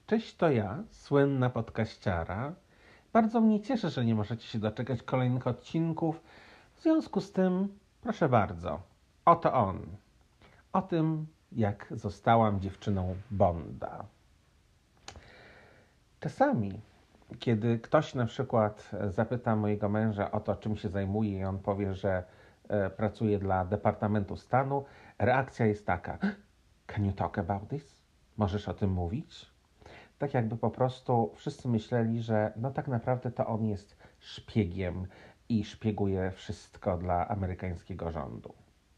Cześć, to ja, słynna podkaściara. Bardzo mnie cieszy, że nie możecie się doczekać kolejnych odcinków. W związku z tym, proszę bardzo, oto on. O tym, jak zostałam dziewczyną Bonda. Czasami, kiedy ktoś na przykład zapyta mojego męża o to, czym się zajmuje i on powie, że pracuje dla Departamentu Stanu, reakcja jest taka: Can you talk about this? Możesz o tym mówić? Tak jakby po prostu wszyscy myśleli, że no tak naprawdę to on jest szpiegiem i szpieguje wszystko dla amerykańskiego rządu.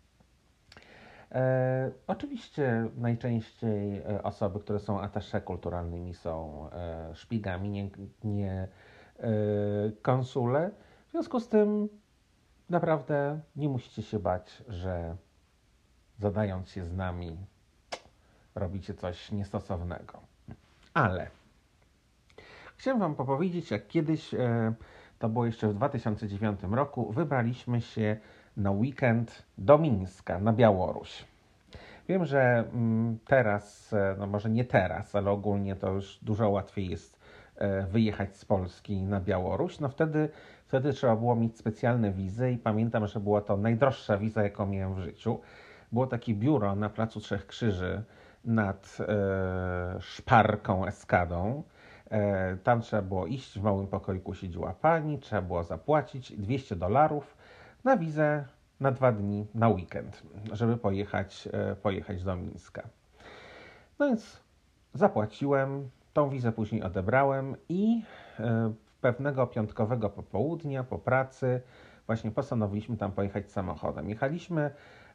Oczywiście najczęściej osoby, które są attaché kulturalnymi, są szpiegami, nie konsule. W związku z tym naprawdę nie musicie się bać, że zadając się z nami robicie coś niestosownego. Ale chciałem Wam powiedzieć, jak kiedyś, to było jeszcze w 2009 roku, wybraliśmy się na weekend do Mińska, na Białoruś. Wiem, że teraz, no może nie teraz, ale ogólnie to już dużo łatwiej jest wyjechać z Polski na Białoruś. No wtedy trzeba było mieć specjalne wizy i pamiętam, że była to najdroższa wiza, jaką miałem w życiu. Było takie biuro na Placu Trzech Krzyży nad Szparką Eskadą. Tam trzeba było iść, w małym pokoiku siedziała pani, trzeba było zapłacić $200 na wizę na 2 dni, na weekend, żeby pojechać do Mińska. No więc zapłaciłem, tą wizę później odebrałem i pewnego piątkowego popołudnia po pracy właśnie postanowiliśmy tam pojechać samochodem. Jechaliśmy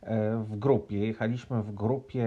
w grupie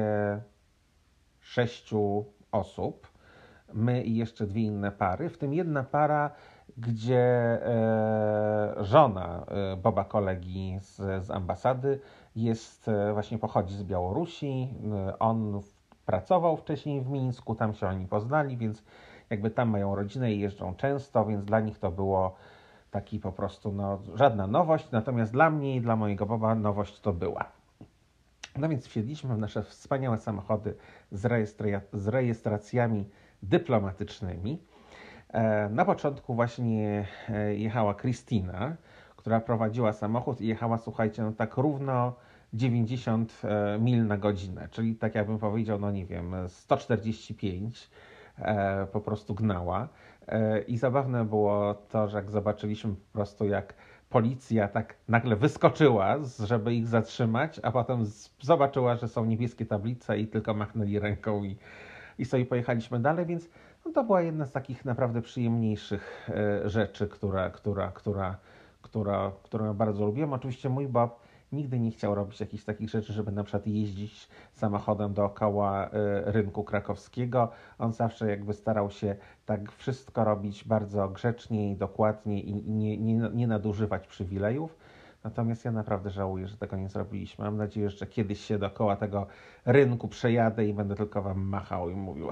6 osób, my i jeszcze 2 inne pary, w tym jedna para, gdzie żona Boba kolegi z ambasady właśnie pochodzi z Białorusi. On pracował wcześniej w Mińsku, tam się oni poznali, więc jakby tam mają rodzinę i jeżdżą często, więc dla nich to było taki po prostu żadna nowość, natomiast dla mnie i dla mojego Boba nowość to była. No więc wsiedliśmy w nasze wspaniałe samochody z rejestracjami dyplomatycznymi. Na początku właśnie jechała Krystyna, która prowadziła samochód i jechała, słuchajcie, no tak równo 90 mil na godzinę, czyli tak jakbym powiedział, no nie wiem, 145 po prostu gnała. I zabawne było to, że jak zobaczyliśmy po prostu, jak policja tak nagle wyskoczyła, żeby ich zatrzymać, a potem zobaczyła, że są niebieskie tablice i tylko machnęli ręką i sobie pojechaliśmy dalej, więc no to była jedna z takich naprawdę przyjemniejszych rzeczy, którą bardzo lubiłem. Oczywiście mój Bob nigdy nie chciał robić jakichś takich rzeczy, żeby na przykład jeździć samochodem dookoła rynku krakowskiego. On zawsze jakby starał się tak wszystko robić bardzo grzecznie i dokładnie i nie nadużywać przywilejów. Natomiast ja naprawdę żałuję, że tego nie zrobiliśmy. Mam nadzieję, że kiedyś się dookoła tego rynku przejadę i będę tylko Wam machał i mówił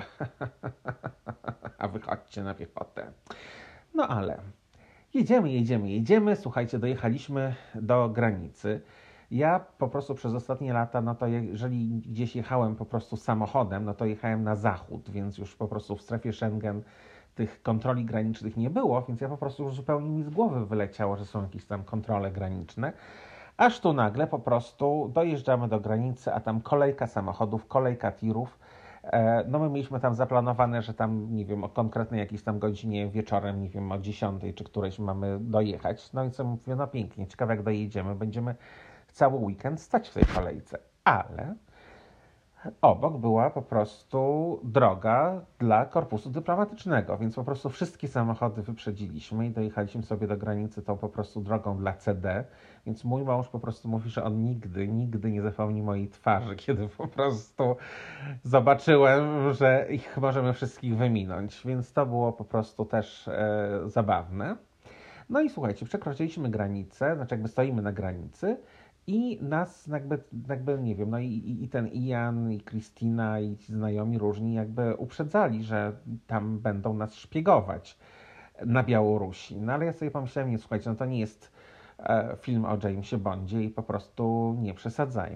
a wychodźcie na piechotę. No ale jedziemy. Słuchajcie, dojechaliśmy do granicy. Ja po prostu przez ostatnie lata, no to jeżeli gdzieś jechałem po prostu samochodem, no to jechałem na zachód, więc już po prostu w strefie Schengen tych kontroli granicznych nie było, więc ja po prostu już zupełnie mi z głowy wyleciało, że są jakieś tam kontrole graniczne. Aż tu nagle po prostu dojeżdżamy do granicy, a tam kolejka samochodów, kolejka tirów. No my mieliśmy tam zaplanowane, że tam, nie wiem, o konkretnej jakiejś tam godzinie wieczorem, nie wiem, o 10 czy którejś mamy dojechać. No i co mówię, no pięknie, ciekawe jak dojedziemy, będziemy cały weekend stać w tej kolejce. Ale obok była po prostu droga dla korpusu dyplomatycznego, więc po prostu wszystkie samochody wyprzedziliśmy i dojechaliśmy sobie do granicy tą po prostu drogą dla CD, więc mój mąż po prostu mówi, że on nigdy nie zapomni mojej twarzy, kiedy po prostu zobaczyłem, że ich możemy wszystkich wyminąć, więc to było po prostu też zabawne. No i słuchajcie, przekroczyliśmy granicę, znaczy jakby stoimy na granicy i nas jakby nie wiem, no i ten Ian, i Krystyna, i ci znajomi różni jakby uprzedzali, że tam będą nas szpiegować na Białorusi. No ale ja sobie pomyślałem, nie, słuchajcie, no to nie jest film o Jamesie Bondzie i po prostu nie przesadzajmy.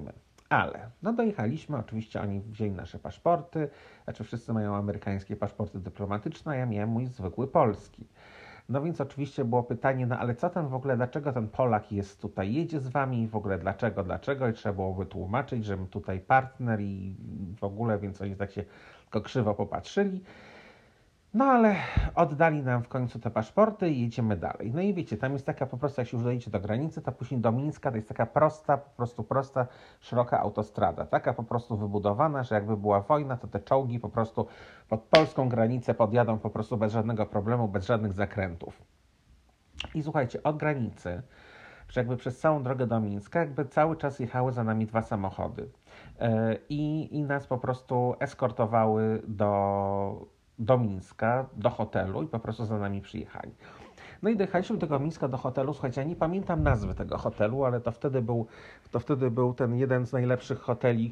Ale, no dojechaliśmy, oczywiście oni wzięli nasze paszporty, znaczy wszyscy mają amerykańskie paszporty dyplomatyczne, a ja miałem mój zwykły polski. No więc oczywiście było pytanie, no ale co ten w ogóle, dlaczego ten Polak jest tutaj, jedzie z wami i w ogóle dlaczego i trzeba było wytłumaczyć, że my tutaj partner i w ogóle, więc oni tak się tylko krzywo popatrzyli. No ale oddali nam w końcu te paszporty i jedziemy dalej. No i wiecie, tam jest taka po prostu, jak się już dojedzie do granicy, to później do Mińska to jest taka prosta, po prostu prosta, szeroka autostrada. Taka po prostu wybudowana, że jakby była wojna, to te czołgi po prostu pod polską granicę podjadą po prostu bez żadnego problemu, bez żadnych zakrętów. I słuchajcie, od granicy, że jakby przez całą drogę do Mińska, jakby cały czas jechały za nami dwa samochody. I nas po prostu eskortowały do Mińska, do hotelu i po prostu za nami przyjechali. No i dojechaliśmy do tego Mińska, do hotelu. Słuchajcie, ja nie pamiętam nazwy tego hotelu, ale to wtedy był ten jeden z najlepszych hoteli,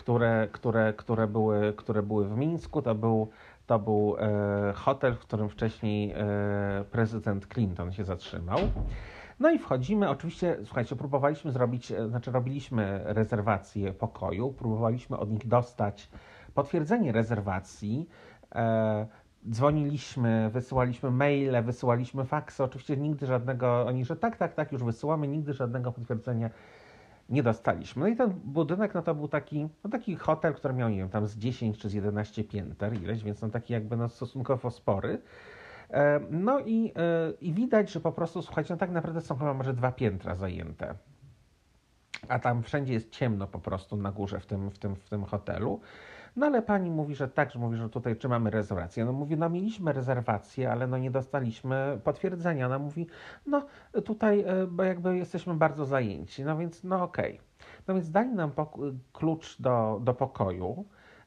które były w Mińsku. To był hotel, w którym wcześniej prezydent Clinton się zatrzymał. No i wchodzimy, oczywiście, słuchajcie, próbowaliśmy zrobić, znaczy robiliśmy rezerwację pokoju, próbowaliśmy od nich dostać potwierdzenie rezerwacji, dzwoniliśmy, wysyłaliśmy maile, wysyłaliśmy faksy, oczywiście nigdy żadnego, oni, że tak, już wysyłamy, nigdy żadnego potwierdzenia nie dostaliśmy. No i ten budynek, no to był taki hotel, który miał, nie wiem, tam z 10 czy z 11 pięter ileś, więc on taki jakby no stosunkowo spory. No i widać, że po prostu, słuchajcie, no tak naprawdę są chyba może 2 piętra zajęte. A tam wszędzie jest ciemno po prostu na górze w tym hotelu. No ale pani mówi, że tak, że mówi, że tutaj czy mamy rezerwację. No mówi, no mieliśmy rezerwację, ale no nie dostaliśmy potwierdzenia. No mówi, no tutaj, bo jakby jesteśmy bardzo zajęci. No więc, no okej. No więc dali nam klucz do pokoju.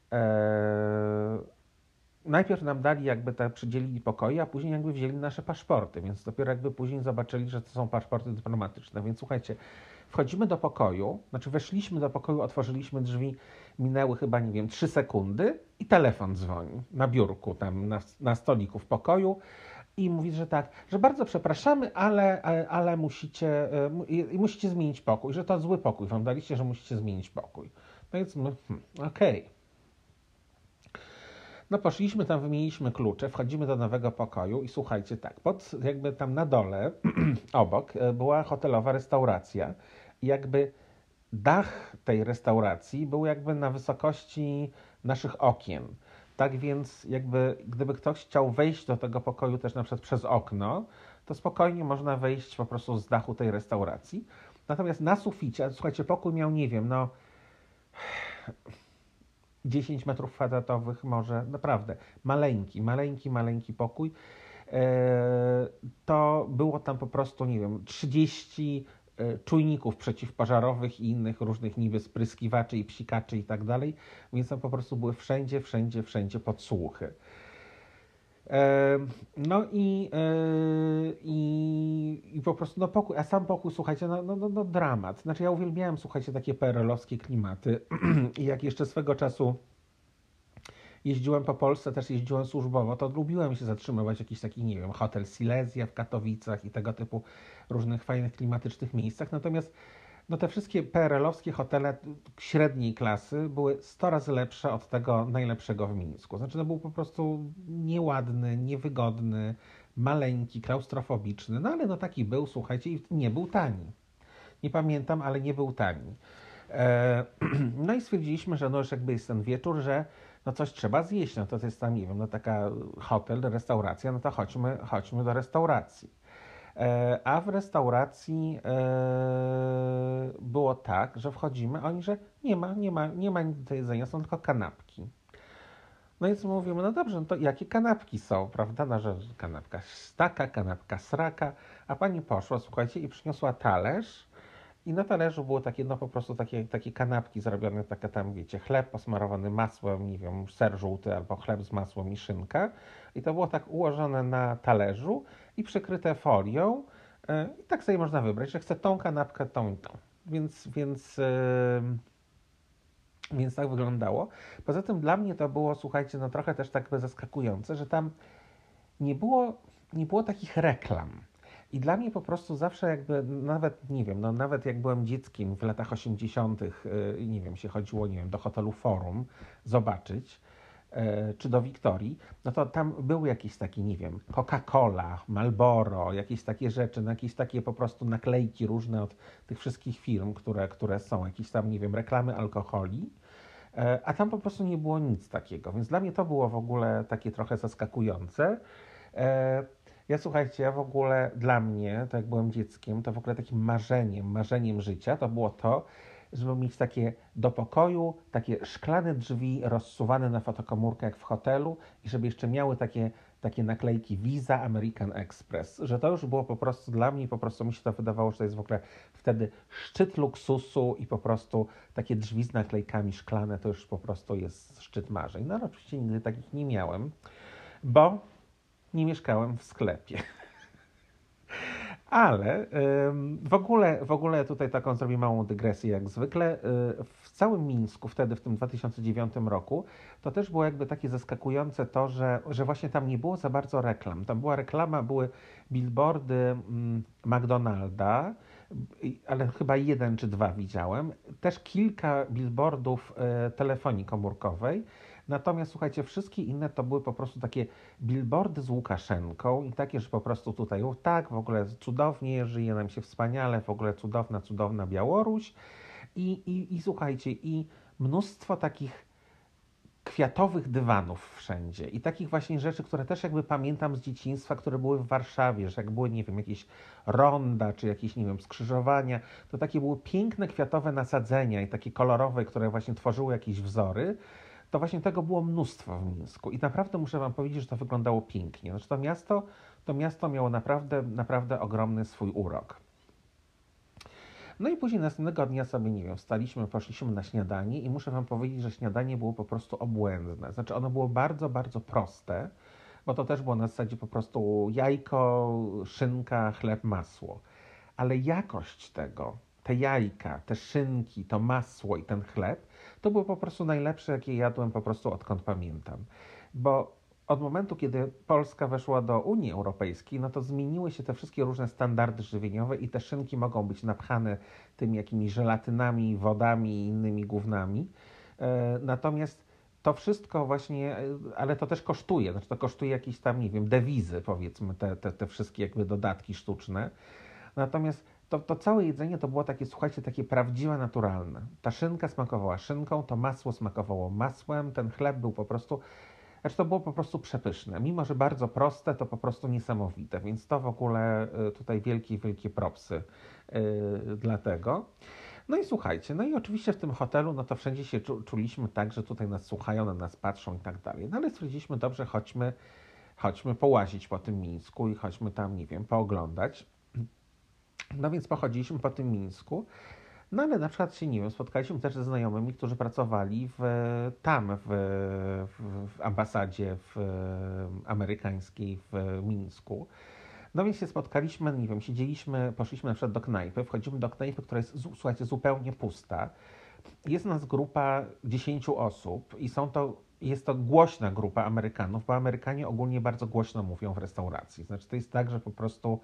Najpierw nam dali jakby przydzielili pokoje, a później jakby wzięli nasze paszporty, więc dopiero jakby później zobaczyli, że to są paszporty dyplomatyczne. Więc słuchajcie, wchodzimy do pokoju, znaczy weszliśmy do pokoju, otworzyliśmy drzwi, minęły chyba, nie wiem, 3 sekundy i telefon dzwoni na biurku, tam na stoliku w pokoju i mówi, że tak, że bardzo przepraszamy, ale musicie zmienić pokój, że to zły pokój wam daliście, że musicie zmienić pokój. No więc my, okej. No poszliśmy tam, wymieniliśmy klucze, wchodzimy do nowego pokoju i słuchajcie, tak, jakby tam na dole, obok, była hotelowa restauracja i jakby dach tej restauracji był jakby na wysokości naszych okien. Tak więc jakby gdyby ktoś chciał wejść do tego pokoju też na przykład przez okno, to spokojnie można wejść po prostu z dachu tej restauracji. Natomiast na suficie, słuchajcie, pokój miał, nie wiem, no 10 metrów kwadratowych może, naprawdę maleńki pokój. To było tam po prostu, nie wiem, 30 czujników przeciwpożarowych i innych różnych niby spryskiwaczy i psikaczy i tak dalej, więc tam po prostu były wszędzie podsłuchy. No i po prostu no pokój, a sam pokój, słuchajcie, no dramat. Znaczy ja uwielbiałem, słuchajcie, takie PRL-owskie klimaty i jak jeszcze swego czasu jeździłem po Polsce, też jeździłem służbowo, to lubiłem się zatrzymywać w jakiś taki, nie wiem, hotel Silesia w Katowicach i tego typu różnych fajnych, klimatycznych miejscach. Natomiast no te wszystkie PRL-owskie hotele średniej klasy były 100 razy lepsze od tego najlepszego w Mińsku. Znaczy to był po prostu nieładny, niewygodny, maleńki, klaustrofobiczny, no ale no taki był, słuchajcie, i nie był tani. Nie pamiętam, ale nie był tani. No i stwierdziliśmy, że no już jakby jest ten wieczór, że no coś trzeba zjeść, no to jest tam, nie wiem, no taka hotel, restauracja, no to chodźmy do restauracji. A w restauracji było tak, że wchodzimy, oni, że nie ma nic do jedzenia, są tylko kanapki. No i mówimy, no dobrze, no to jakie kanapki są, prawda? No, że kanapka staka, kanapka sraka, a pani poszła, słuchajcie, i przyniosła talerz i na talerzu było takie, no po prostu takie kanapki zrobione, takie tam, wiecie, chleb posmarowany masłem, nie wiem, ser żółty albo chleb z masłem i szynka. I to było tak ułożone na talerzu i przykryte folią. I tak sobie można wybrać, że chce tą kanapkę, tą i tą. Więc tak wyglądało. Poza tym dla mnie to było, słuchajcie, no trochę też tak zaskakujące, że tam nie było takich reklam. I dla mnie po prostu zawsze jakby, nawet, nie wiem, no nawet jak byłem dzieckiem w latach 80., nie wiem, się chodziło, nie wiem, do hotelu Forum zobaczyć, czy do Wiktorii, no to tam były jakieś takie, nie wiem, Coca-Cola, Marlboro, jakieś takie rzeczy, no jakieś takie po prostu naklejki różne od tych wszystkich firm, które są, jakieś tam, nie wiem, reklamy alkoholi, a tam po prostu nie było nic takiego, więc dla mnie to było w ogóle takie trochę zaskakujące. E, Ja słuchajcie, ja w ogóle dla mnie, to jak byłem dzieckiem, to w ogóle takim marzeniem życia to było to, żeby mieć takie do pokoju, takie szklane drzwi rozsuwane na fotokomórkę jak w hotelu i żeby jeszcze miały takie naklejki Visa, American Express, że to już było po prostu dla mnie, po prostu mi się to wydawało, że to jest w ogóle wtedy szczyt luksusu i po prostu takie drzwi z naklejkami szklane to już po prostu jest szczyt marzeń. No ale oczywiście nigdy takich nie miałem, bo nie mieszkałem w sklepie. Ale w ogóle tutaj taką zrobię małą dygresję jak zwykle. W całym Mińsku wtedy, w tym 2009 roku, to też było jakby takie zaskakujące to, że właśnie tam nie było za bardzo reklam. Tam była reklama, były billboardy McDonalda, ale chyba jeden czy dwa widziałem. Też kilka billboardów telefonii komórkowej. Natomiast słuchajcie, wszystkie inne to były po prostu takie billboardy z Łukaszenką i takie, że po prostu tutaj tak, w ogóle cudownie, żyje nam się wspaniale, w ogóle cudowna Białoruś i słuchajcie, i mnóstwo takich kwiatowych dywanów wszędzie i takich właśnie rzeczy, które też jakby pamiętam z dzieciństwa, które były w Warszawie, że jak były, nie wiem, jakieś ronda, czy jakieś, nie wiem, skrzyżowania, to takie były piękne kwiatowe nasadzenia i takie kolorowe, które właśnie tworzyły jakieś wzory, to właśnie tego było mnóstwo w Mińsku i naprawdę muszę wam powiedzieć, że to wyglądało pięknie. Znaczy to miasto miało naprawdę ogromny swój urok. No i później następnego dnia sobie, nie wiem, wstaliśmy, poszliśmy na śniadanie i muszę wam powiedzieć, że śniadanie było po prostu obłędne. Znaczy ono było bardzo, bardzo proste, bo to też było na zasadzie po prostu jajko, szynka, chleb, masło. Ale jakość tego, te jajka, te szynki, to masło i ten chleb, to było po prostu najlepsze, jakie jadłem po prostu odkąd pamiętam. Bo od momentu, kiedy Polska weszła do Unii Europejskiej, no to zmieniły się te wszystkie różne standardy żywieniowe i te szynki mogą być napchane tymi jakimiś żelatynami, wodami i innymi gównami. Natomiast to wszystko właśnie, ale to też kosztuje, znaczy to kosztuje jakieś tam, nie wiem, dewizy powiedzmy, te wszystkie jakby dodatki sztuczne. Natomiast to całe jedzenie to było takie, słuchajcie, takie prawdziwe, naturalne. Ta szynka smakowała szynką, to masło smakowało masłem, ten chleb był po prostu, znaczy to było po prostu przepyszne. Mimo, że bardzo proste, to po prostu niesamowite. Więc to w ogóle tutaj wielkie propsy dla tego. No i słuchajcie, no i oczywiście w tym hotelu, no to wszędzie się czuliśmy tak, że tutaj nas słuchają, na nas patrzą i tak dalej. No ale stwierdziliśmy, dobrze, chodźmy połazić po tym Mińsku i chodźmy tam, nie wiem, pooglądać. No więc pochodziliśmy po tym Mińsku, no ale na przykład się, nie wiem, spotkaliśmy też ze znajomymi, którzy pracowali w ambasadzie amerykańskiej w Mińsku. No więc się spotkaliśmy, nie wiem, siedzieliśmy, poszliśmy na przykład do knajpy, wchodzimy do knajpy, która jest, słuchajcie, zupełnie pusta. Jest nas grupa 10 osób i jest to głośna grupa Amerykanów, bo Amerykanie ogólnie bardzo głośno mówią w restauracji. Znaczy to jest tak, że po prostu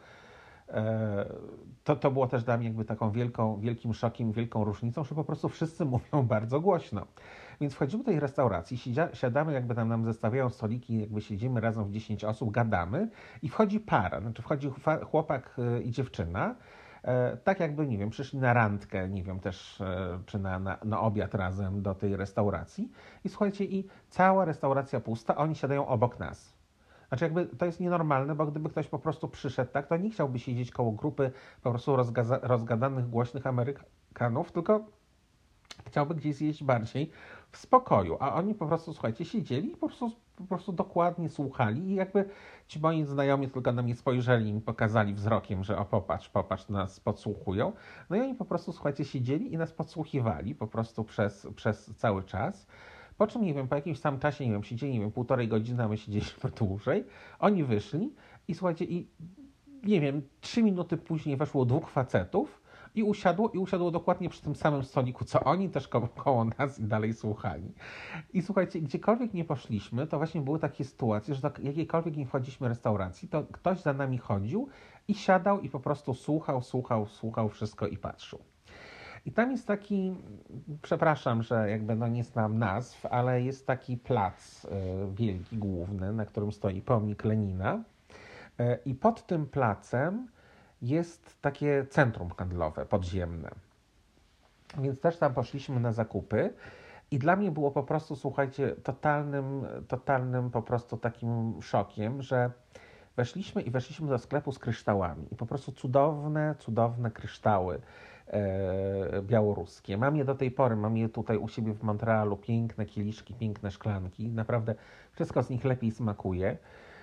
to było też dla mnie jakby taką wielkim szokiem, wielką różnicą, że po prostu wszyscy mówią bardzo głośno. Więc wchodzimy do tej restauracji, siadamy, jakby tam nam zestawiają stoliki, jakby siedzimy razem w 10 osób, gadamy i wchodzi para, znaczy wchodzi chłopak i dziewczyna, tak jakby, nie wiem, przyszli na randkę, nie wiem, też, czy na obiad razem do tej restauracji i słuchajcie, i cała restauracja pusta, oni siadają obok nas. Znaczy jakby to jest nienormalne, bo gdyby ktoś po prostu przyszedł tak, to nie chciałby siedzieć koło grupy po prostu rozgadanych, głośnych Amerykanów, tylko chciałby gdzieś zjeść bardziej w spokoju. A oni po prostu, słuchajcie, siedzieli i po prostu dokładnie słuchali i jakby ci moi znajomi tylko na mnie spojrzeli i mi pokazali wzrokiem, że o popatrz, nas podsłuchują. No i oni po prostu, słuchajcie, siedzieli i nas podsłuchiwali po prostu przez cały czas. Po czym, nie wiem, po jakimś tam czasie, nie wiem, siedzieli, nie wiem, 1,5 godziny, a my siedzieliśmy dłużej. Oni wyszli i słuchajcie, i nie wiem, 3 minuty później weszło 2 facetów i usiadło dokładnie przy tym samym stoliku, co oni, też koło nas i dalej słuchali. I słuchajcie, gdziekolwiek nie poszliśmy, to właśnie były takie sytuacje, że do jakiejkolwiek nie wchodziliśmy restauracji, to ktoś za nami chodził i siadał i po prostu słuchał wszystko i patrzył. I tam jest taki, przepraszam, że jakby no nie znam nazw, ale jest taki plac wielki, główny, na którym stoi pomnik Lenina. I pod tym placem jest takie centrum handlowe, podziemne. Więc też tam poszliśmy na zakupy i dla mnie było po prostu, słuchajcie, totalnym po prostu takim szokiem, że weszliśmy do sklepu z kryształami i po prostu cudowne kryształy białoruskie. Mam je do tej pory, mam je tutaj u siebie w Montrealu, piękne kieliszki, piękne szklanki, naprawdę wszystko z nich lepiej smakuje.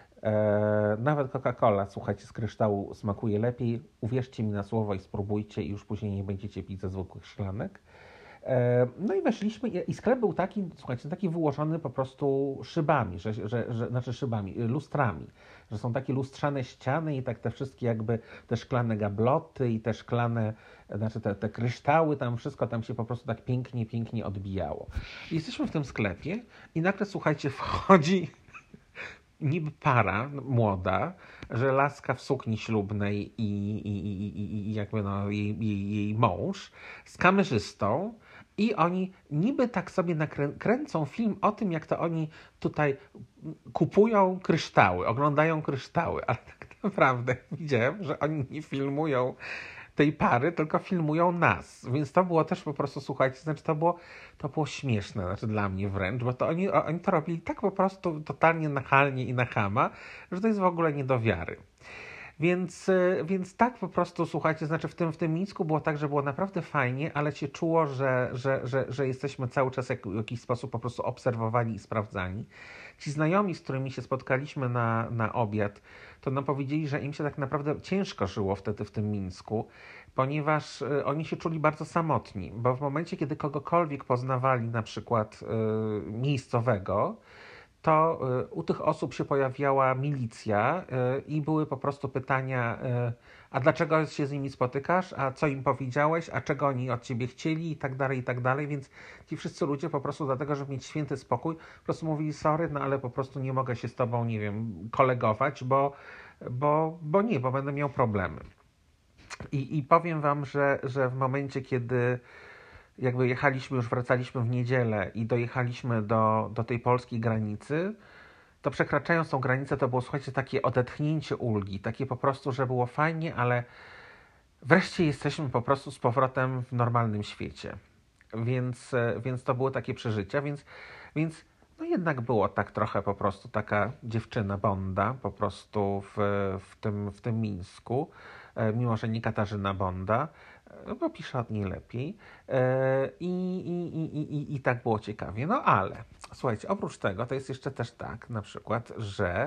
Nawet Coca-Cola, słuchajcie, z kryształu smakuje lepiej. Uwierzcie mi na słowo i spróbujcie i już później nie będziecie pić ze zwykłych szklanek. No i weszliśmy i sklep był taki, słuchajcie, taki wyłożony po prostu szybami, lustrami, że są takie lustrzane ściany i tak te wszystkie jakby te szklane gabloty i te szklane, znaczy te kryształy, tam wszystko tam się po prostu tak pięknie odbijało. I jesteśmy w tym sklepie i nagle, słuchajcie, wchodzi niby para młoda, że laska w sukni ślubnej i jakby no jej mąż z kamerzystą i oni niby tak sobie kręcą film o tym, jak to oni tutaj kupują kryształy, oglądają kryształy, ale tak naprawdę widziałem, że oni nie filmują tej pary, tylko filmują nas. Więc to było też po prostu, słuchajcie, znaczy to było śmieszne, znaczy dla mnie wręcz, bo to oni to robili tak po prostu totalnie nachalnie i na chama, że to jest w ogóle nie do wiary. Więc tak po prostu, słuchajcie, znaczy w tym Mińsku było tak, że było naprawdę fajnie, ale się czuło, że jesteśmy cały czas w jakiś sposób po prostu obserwowani i sprawdzani. Ci znajomi, z którymi się spotkaliśmy na obiad, to nam powiedzieli, że im się tak naprawdę ciężko żyło wtedy w tym Mińsku, ponieważ oni się czuli bardzo samotni, bo w momencie, kiedy kogokolwiek poznawali, na przykład miejscowego, to u tych osób się pojawiała milicja i były po prostu pytania, a dlaczego się z nimi spotykasz, a co im powiedziałeś, a czego oni od ciebie chcieli i tak dalej, więc ci wszyscy ludzie po prostu dlatego, żeby mieć święty spokój, po prostu mówili sorry, no ale po prostu nie mogę się z tobą, nie wiem, kolegować, bo będę miał problemy. I powiem wam, że w momencie, kiedy jakby wracaliśmy w niedzielę i dojechaliśmy do tej polskiej granicy, to przekraczając tą granicę, to było, słuchajcie, takie odetchnięcie ulgi, takie po prostu, że było fajnie, ale wreszcie jesteśmy po prostu z powrotem w normalnym świecie. Więc to było takie przeżycia, więc no jednak było tak trochę po prostu taka dziewczyna Bonda po prostu w tym Mińsku, mimo że nie Katarzyna Bonda, bo pisze od niej lepiej. I tak było ciekawie. No ale słuchajcie, oprócz tego to jest jeszcze też tak na przykład, że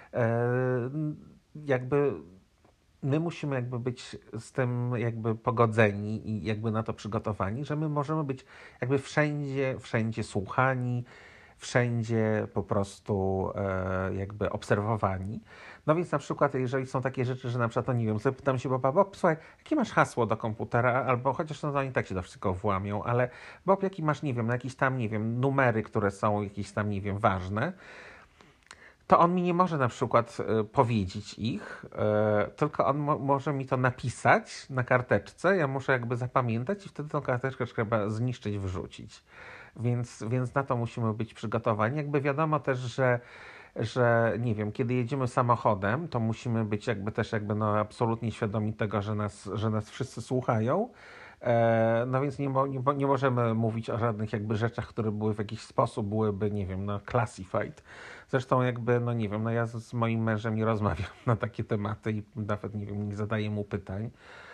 jakby my musimy jakby być z tym jakby pogodzeni i jakby na to przygotowani, że my możemy być jakby wszędzie słuchani, wszędzie po prostu jakby obserwowani. No więc na przykład, jeżeli są takie rzeczy, że na przykład, no nie wiem, zapytam się Bob, słuchaj, jakie masz hasło do komputera, albo chociaż no oni tak się do wszystkiego włamią, ale Bob, jaki masz, nie wiem, jakieś tam, nie wiem, numery, które są jakieś tam, nie wiem, ważne, to on mi nie może na przykład powiedzieć ich, tylko on może mi to napisać na karteczce, ja muszę jakby zapamiętać i wtedy tą karteczkę trzeba zniszczyć, wyrzucić. Więc na to musimy być przygotowani. Jakby wiadomo też, że nie wiem, kiedy jedziemy samochodem, to musimy być jakby no absolutnie świadomi tego, że nas wszyscy słuchają. No więc nie możemy mówić o żadnych jakby rzeczach, które były w jakiś sposób, byłyby, nie wiem, no classified. Zresztą jakby, no nie wiem, no ja z moim mężem nie rozmawiam na takie tematy i nawet, nie wiem, nie zadaję mu pytań,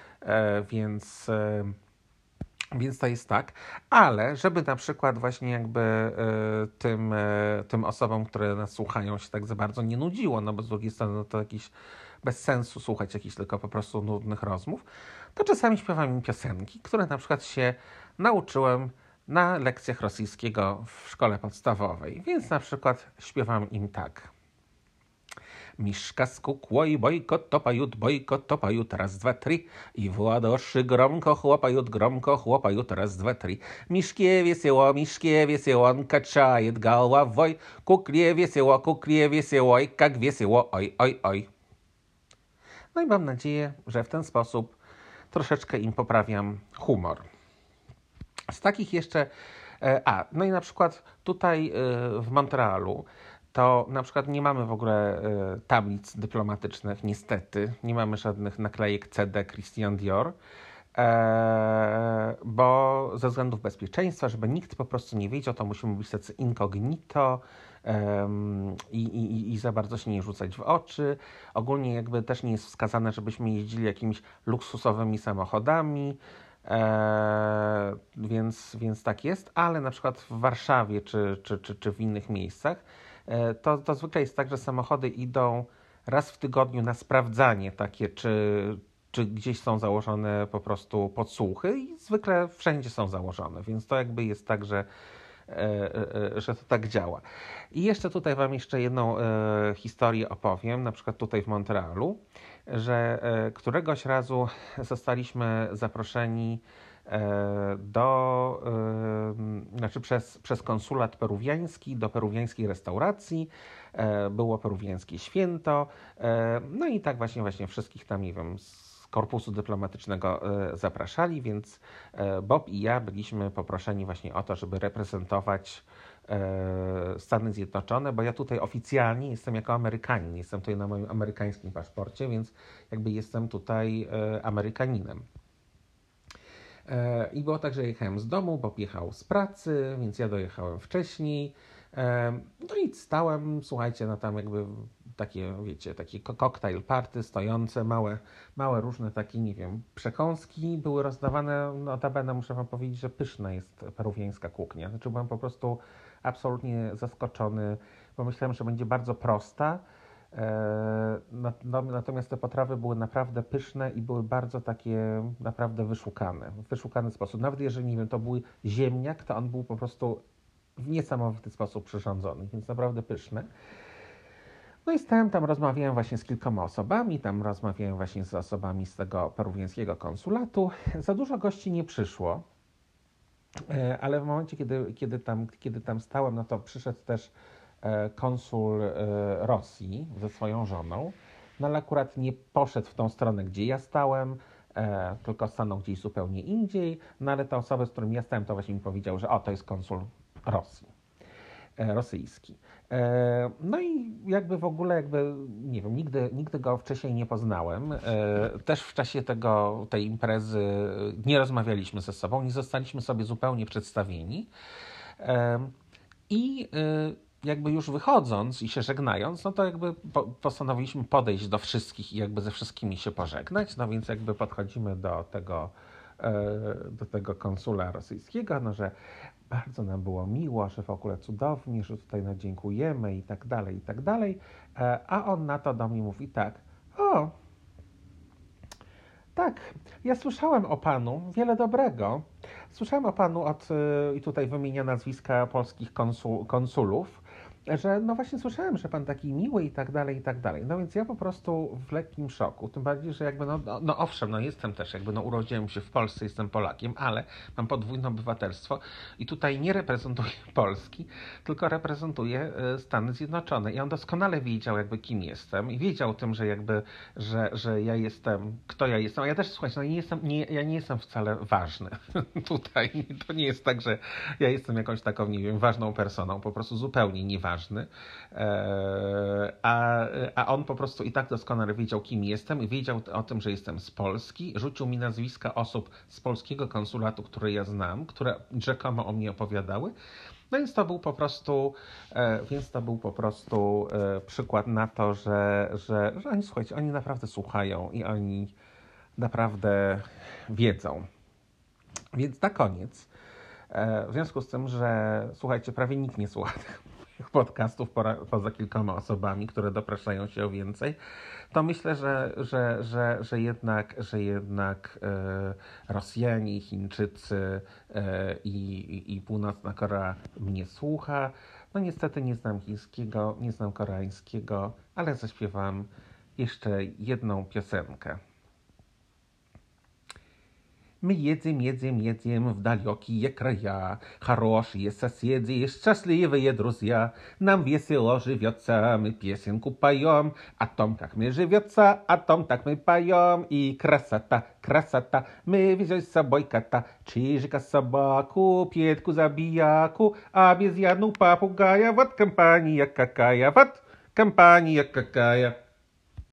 więc to jest tak, ale żeby na przykład właśnie jakby tym osobom, które nas słuchają, się tak za bardzo nie nudziło, no bo z drugiej strony no to jakiś bez sensu słuchać jakichś tylko po prostu nudnych rozmów, to czasami śpiewam im piosenki, które na przykład się nauczyłem na lekcjach rosyjskiego w szkole podstawowej. Więc na przykład śpiewam im tak. Miszka skukło i bojko topajut, raz, dwa, trzy. I Władoszy gromko chłopajut, raz, dwa, trzy. Miszkie wiesioło, on kaczajet głowoj. Kuklie wiesioło, oj, jak wiesioło, oj, oj, oj. No i mam nadzieję, że w ten sposób troszeczkę im poprawiam humor. Z takich jeszcze... no i na przykład tutaj w Montrealu to na przykład nie mamy w ogóle tablic dyplomatycznych, niestety. Nie mamy żadnych naklejek CD Christian Dior, bo ze względów bezpieczeństwa, żeby nikt po prostu nie wiedział, to musimy być tacy incognito i za bardzo się nie rzucać w oczy. Ogólnie jakby też nie jest wskazane, żebyśmy jeździli jakimiś luksusowymi samochodami, więc tak jest, ale na przykład w Warszawie czy w innych miejscach to zwykle jest tak, że samochody idą raz w tygodniu na sprawdzanie takie, czy gdzieś są założone po prostu podsłuchy i zwykle wszędzie są założone, więc to jakby jest tak, że to tak działa. I jeszcze tutaj wam jeszcze jedną historię opowiem, na przykład tutaj w Montrealu, że któregoś razu zostaliśmy zaproszeni znaczy przez konsulat peruwiański do peruwiańskiej restauracji. Było peruwiańskie święto. No i tak właśnie wszystkich tam, nie wiem, z korpusu dyplomatycznego zapraszali, więc Bob i ja byliśmy poproszeni właśnie o to, żeby reprezentować Stany Zjednoczone, bo ja tutaj oficjalnie jestem jako Amerykanin, jestem tutaj na moim amerykańskim paszporcie, więc jakby jestem tutaj Amerykaninem. I było tak, że jechałem z domu, Bob jechał z pracy, więc ja dojechałem wcześniej. No i stałem, słuchajcie, no tam jakby takie, wiecie, takie cocktail party stojące, małe różne takie, nie wiem, przekąski były rozdawane. Notabene muszę wam powiedzieć, że pyszna jest peruwiańska kuchnia. Znaczy byłem po prostu absolutnie zaskoczony, bo myślałem, że będzie bardzo prosta. Natomiast te potrawy były naprawdę pyszne i były bardzo takie naprawdę wyszukane, w wyszukany sposób. Nawet jeżeli, nie wiem, to był ziemniak, to on był po prostu w niesamowity sposób przyrządzony, więc naprawdę pyszne. No i stałem tam, rozmawiałem właśnie z kilkoma osobami, tam rozmawiałem właśnie z osobami z tego peruwiańskiego konsulatu. Za dużo gości nie przyszło, ale w momencie, kiedy tam stałem, no to przyszedł też konsul Rosji ze swoją żoną, no ale akurat nie poszedł w tą stronę, gdzie ja stałem, tylko stanął gdzieś zupełnie indziej, no ale te osoby, z którymi ja stałem, to właśnie mi powiedział, że to jest konsul Rosji, rosyjski. No i jakby w ogóle, nie wiem, nigdy go wcześniej nie poznałem. Też w czasie tej imprezy nie rozmawialiśmy ze sobą, nie zostaliśmy sobie zupełnie przedstawieni. I jakby już wychodząc i się żegnając, no to jakby postanowiliśmy podejść do wszystkich i jakby ze wszystkimi się pożegnać. No więc jakby podchodzimy do tego konsula rosyjskiego, no że bardzo nam było miło, że w ogóle cudownie, że tutaj no dziękujemy i tak dalej, i tak dalej. A on na to do mnie mówi tak: o, tak, ja słyszałem o panu wiele dobrego. Słyszałem o panu i tutaj wymienia nazwiska polskich konsulów, że no właśnie słyszałem, że pan taki miły i tak dalej, i tak dalej. No więc ja po prostu w lekkim szoku, tym bardziej, że jakby no owszem, no jestem też jakby urodziłem się w Polsce, jestem Polakiem, ale mam podwójne obywatelstwo i tutaj nie reprezentuję Polski, tylko reprezentuję Stany Zjednoczone. I on doskonale wiedział jakby kim jestem i wiedział o tym, że jakby, że ja jestem, kto ja jestem. A ja też, słuchajcie, ja nie jestem wcale ważny tutaj. To nie jest tak, że ja jestem jakąś taką, nie wiem, ważną personą, po prostu zupełnie nieważny. A on po prostu i tak doskonale wiedział, kim jestem i wiedział o tym, że jestem z Polski. Rzucił mi nazwiska osób z polskiego konsulatu, które ja znam, które rzekomo o mnie opowiadały. No więc to był po prostu przykład na to, że oni, słuchajcie, oni naprawdę słuchają i oni naprawdę wiedzą. Więc na koniec, w związku z tym, że słuchajcie, prawie nikt nie słucha tych podcastów poza kilkoma osobami, które dopraszają się o więcej, to myślę, że jednak Rosjanie, Chińczycy i Północna Korea mnie słucha. No niestety nie znam chińskiego, nie znam koreańskiego, ale zaśpiewam jeszcze jedną piosenkę. Мы едем в далекие края. Хорошие соседи, счастливые друзья. Нам весело живется, мы песенку поем. О том, как мы живется, о том, как мы поем. И красота, красота, мы везем с собой кота. Чижика, собаку, Петьку, забияку, обезьяну, попугая. Вот компания какая, вот компания какая.